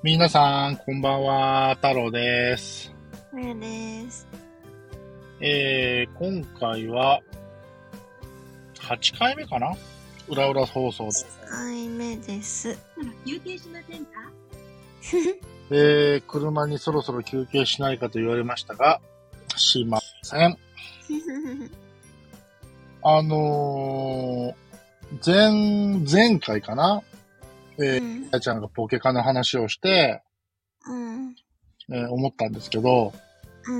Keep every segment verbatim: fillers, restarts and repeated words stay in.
皆さん、こんばんは。太郎です。 まやです。 えー、今回は、はちかいめかな裏裏放送で。 はちかいめです。 休憩しませんかえー、車にそろそろ休憩しないかと言われましたが、しません。あのー、前、前回かなえー、 うん、 やちゃんがポケカの話をして、 うん、 えー思ったんですけど、 うん。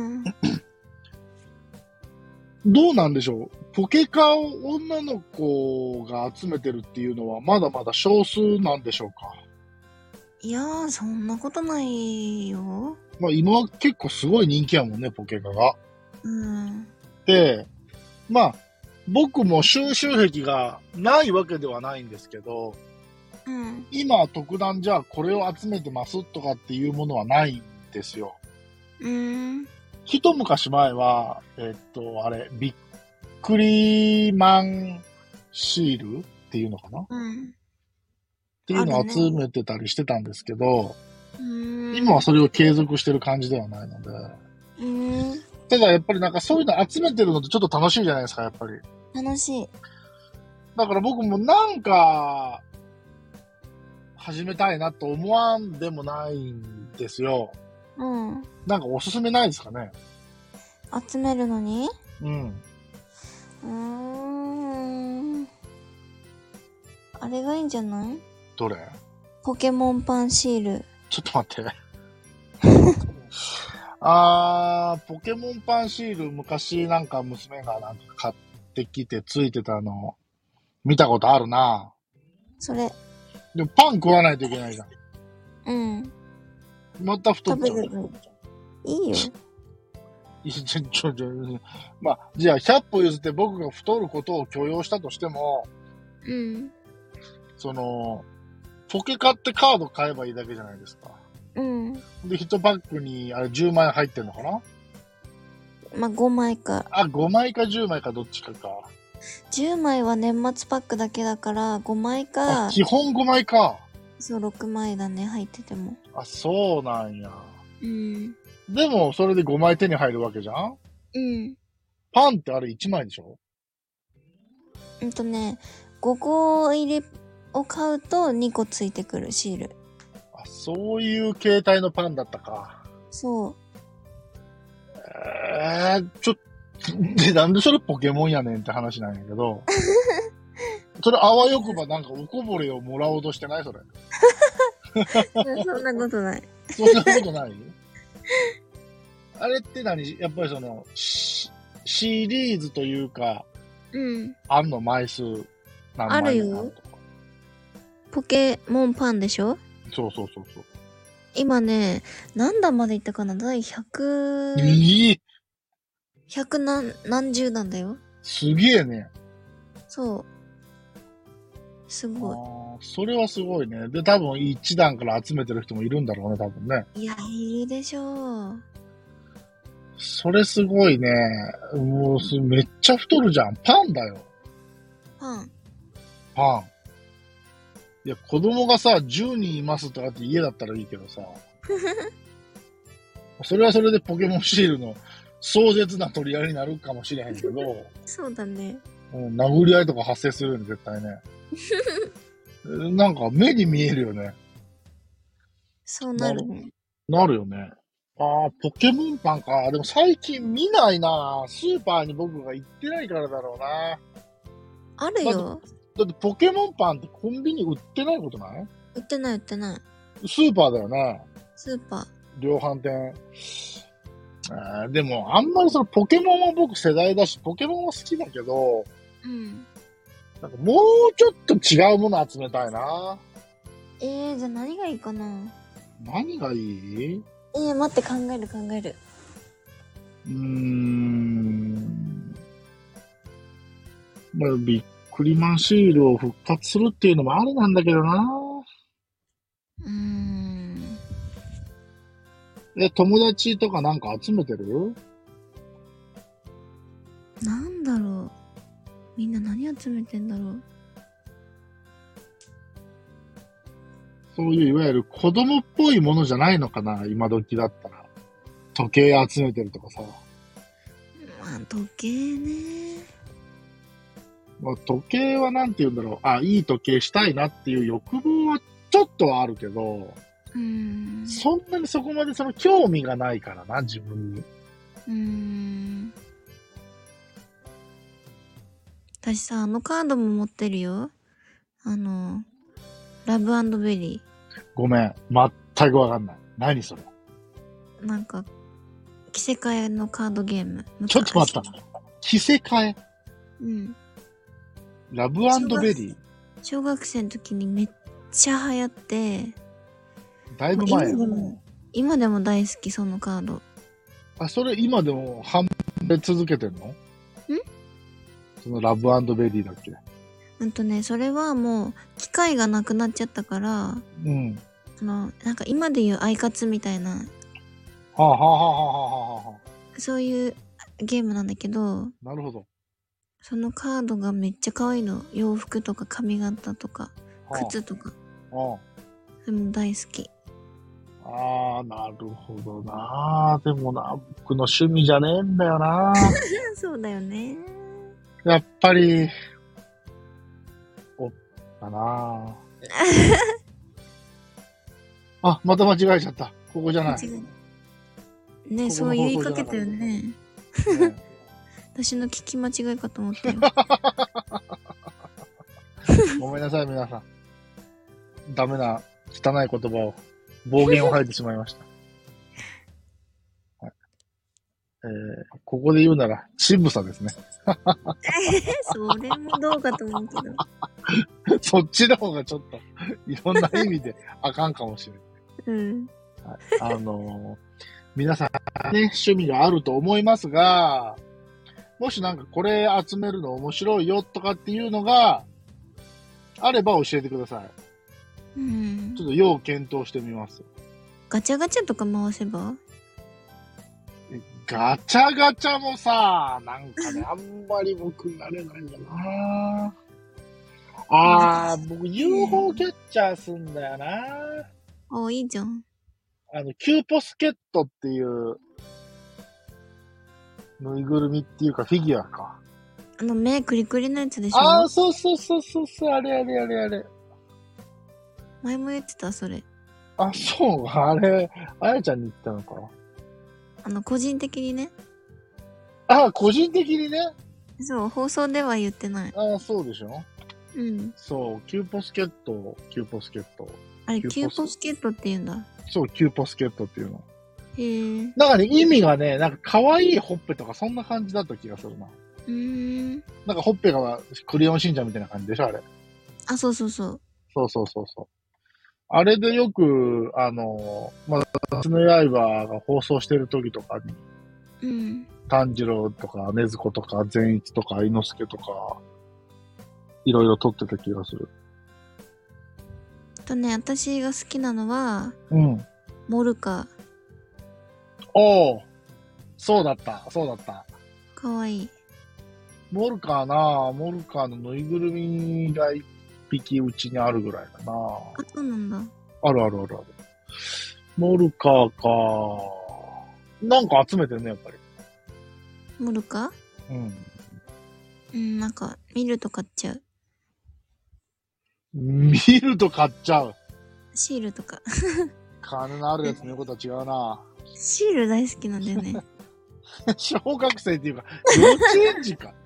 どうなんでしょうポケカを女の子が集めてるっていうのはまだまだ少数なんでしょうか。 いやー、そんなことないよ。 まあ今は結構すごい人気やもんね、ポケカが。 うん。 で、まあ、僕も収集癖がないわけではないんですけど、 うん。 今特段じゃあこれを集めてますとかっていうものはないんですよ。 うん。 一昔前は、えっと、あれ、ビックリマンシールっていうのかなっうん。 ていうのをあるね。 集めてたりしてたんですけど、 うん。 今はそれを継続してる感じではないので、 うん。 ただやっぱりなんかそういうの集めてるのってちょっと楽しいじゃないですか、やっぱり。 楽しい。 だから僕もなんか、始めたいなと思わんでもないんですよ。 うん。 なんかおすすめないですかね。 集めるのにうん。 うーん。あれがいいんじゃない？ どれ？ ポケモンパンシール。 ちょっと待って。あー、ポケモンパンシール昔なんか娘がなんか買ってきてついてたの見たことあるな。 それ。 でもパン食わないといけないじゃん。 うん。 また太っちゃう。 食べればいい。いいよ。 いやちょちょちょまあ、じゃあひゃっぽ譲って僕が太ることを許容したとしても、 うん。 その、ポケカってカード買えばいいだけじゃないですか。 うん。 で、いちパックにあれじゅうまい入ってんのかなまあ、ごまいか。 あ、ごまいかじゅうまいかどっちかか。 じゅうまいは年末パックだけだからごまいかあ、基本ごまいか。 そうろくまいだね、入ってても。 あ、そうなんや。 うん。 でも、それでごまい手に入るわけじゃんうん。 パンってあれいちまいでしょうんとね、ごこ入りを買うとにこついてくるシール。 あ、そういう形態のパンだったか。 そう。 えー、ちょっと、で、なんでそれポケモンやねんって話なんやけど。それあわよくばなんかおこぼれをもらおうとしてないそれ。 そんなことない。 そんなことないあれって何やっぱりその、シシリーズというか、 うん。 あんの枚数何枚あるよ何とか。ポポケモンパンでしょ？ そうそうそうそう。 今ね、何段までいったかな？第ひゃく、 いいひゃく何、何十段だよ。 すげえね。 そう。すあごーそれはすごいね。で、多分一段から集めてる人もいるんだろうね、多分ね。 い。いや、いるでしょう。 それすごいね。もうす、めっちゃ太るじゃん。パンだよ。 パン。 パン。いや、子供がさ、じゅうにんいますとかって家だったらいいけどさ。それはそれでポケモンシールの壮絶な取り合いになるかもしれへんけど、 そうだね。 うん、殴り合いとか発生するよね、絶対ね。なんか目に見えるよね。 そうなるね。 なるよね。ああ、ポケモンパンか。でも最近見ないな。スーパーに僕が行ってないからだろうな。 あるよ。 だってポケモンパンってコンビニ売ってないことない売ってない売ってない。 スーパーだよね。 スーパー。 量販店。あーでも、あんまりそのポケモンは僕世代だし、ポケモンは好きだけど、 うん。 なんかもうちょっと違うもの集めたいな。 えー、じゃあ何がいいかな？ 何がいいえー、待って考える考える。 うーん。まあ、ビックリマンシールを復活するっていうのもありなんだけどな。 うーん。 え、友達とかなんか集めてるなんだろう。みんな何集めてんだろう。 そういういわゆる子供っぽいものじゃないのかな、今時だったら。時計集めてるとかさ。 まあ、時計ね。 まあ、時計はなんて言うんだろう。あ、いい時計したいなっていう欲望はちょっとはあるけど、 うーん。 そんなにそこまでその興味がないからな、自分に。 うーん。私さ、あのカードも持ってるよ。あの、ラブベリごめん。全くわかんない。何それ。 ー。なんか、着せ替えのカードゲーム。 ちょっと待った。着せ替えうん。 ラブベリー小学生の時にめっちゃ流行って、 だいぶ前今でも、今でも大好き、そのカード。 あ、それ今でも販売続けてんの？んそのラブベリーだっけ？ うんとね、それはもう、機械がなくなっちゃったから、 うん。 あの、なんか今で言うアイカツみたいな、 はあ、はあはあはあはあはあ、 そういうゲームなんだけど、 なるほど。 そのカードがめっちゃ可愛いの。洋服とか髪型とか、 はあ、 靴とか。 あそれも大好き。 あ、なるほどな。でもな、僕の趣味じゃねえんだよな。 そうだよね。 やっぱり、おったな。あ、また間違えちゃった。ここじゃない。 違うね、そう言いかけたよね。 ね私の聞き間違いかと思ったよ。 ごめんなさい、皆さん。ダメな、汚い言葉を、暴言を吐いてしまいました。はい、えー、ここで言うなら、ちぶさですね。 それもどうかと思うけど。 そっちの方がちょっと、いろんな意味であかんかもしれない。 うん。 はい、あのー、皆さんね、趣味があると思いますが、もしなんかこれ集めるの面白いよとかっていうのがあれば教えてください。 うん。 ちょっと要検討してみます。 ガチャガチャとか回せば？ ガチャガチャもさ、なんかね、あんまり僕慣れないんだな。あー、僕 ユーフォー キャッチャーすんだよな。 あ、いいじゃん。 あの、キューポスケットっていう、ぬいぐるみっていうかフィギュアか。 あの目クリクリのやつでしょ？ あー、そうそうそうそうそう、あれあれあれあれ。 前も言ってた、それ。 あ、そう、あれ、あやちゃんに言ったのか。 あの、個人的にね。 あ、個人的にね。 そう、放送では言ってない。 あ、そうでしょ。 うん。 そう、キューポスケット、キューポスケット。 あれ、キュキューポスーポスケットって言うんだ。 そう、キューポスケットっていうの。 へえ。 なんかね、意味がね、なんか可愛いほっぺとかそんな感じだった気がするな。 うーん。 なんかほっぺがクレヨンしんちゃんみたいな感じでしょ、あれ。 あ、そうそうそう。 そうそうそうそう。あれでよく、あの、まあ、夏の刃が放送してる時とかに、 うん。 炭治郎とか、禰豆子とか、善逸とか、伊之助とか、いろいろ撮ってた気がする。 とね、私が好きなのは、 うん。 モルカ。 おー、そうだった、そうだった。 かわいい。 モルカーな、モルカーのぬいぐるみが一匹うちにあるぐらいだな。 あ、そうなんだ。 あるあるあるある。モルカーか。なんか集めてるね、やっぱり。 モルカ？ うん。 うん、なんか、見ると買っちゃう。 見ると買っちゃう。 シールとか。 金のあるやつの言うことは違うな。 シール大好きなんだよね。 小学生っていうか、幼稚園児か。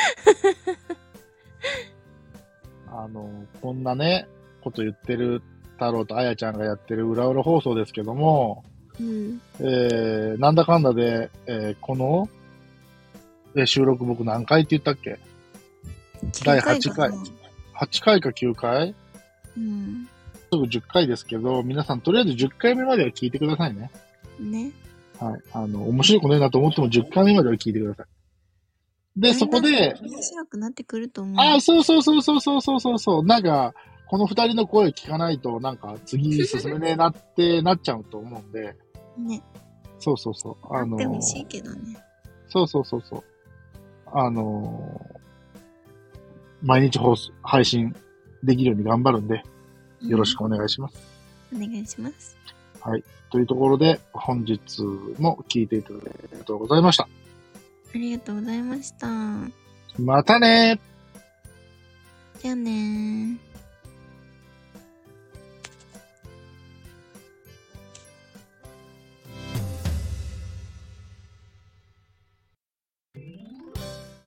あの、こんなね、こと言ってる太郎とあやちゃんがやってる裏裏放送ですけども、 うん。 えー、なんだかんだで、えー、この、えー収録僕何回って言ったっけ？だいはちかい。はちかいかきゅうかい？ うん。 すぐじゅっかいですけど、皆さんとりあえずじゅっかいめまでは聞いてくださいね。 ね。 はい。あの、面白いことないなと思ってもじゅっかいめまでは聞いてください。で、そこで、 面白くなってくると思う。 ああ、そうそうそうそうそうそうそうそう。なんか、この二人の声聞かないと、なんか次進めねえなってなっちゃうと思うんで。 ね。 そうそうそう。あのあってほしいけどね。 そうそうそうそう。あのー毎日放送、配信できるように頑張るんで、よろしくお願いします。 お願いします。 はい。というところで、本日も聞いていただきありがとうございました。 ありがとうございました。 またねー。 じゃあねー。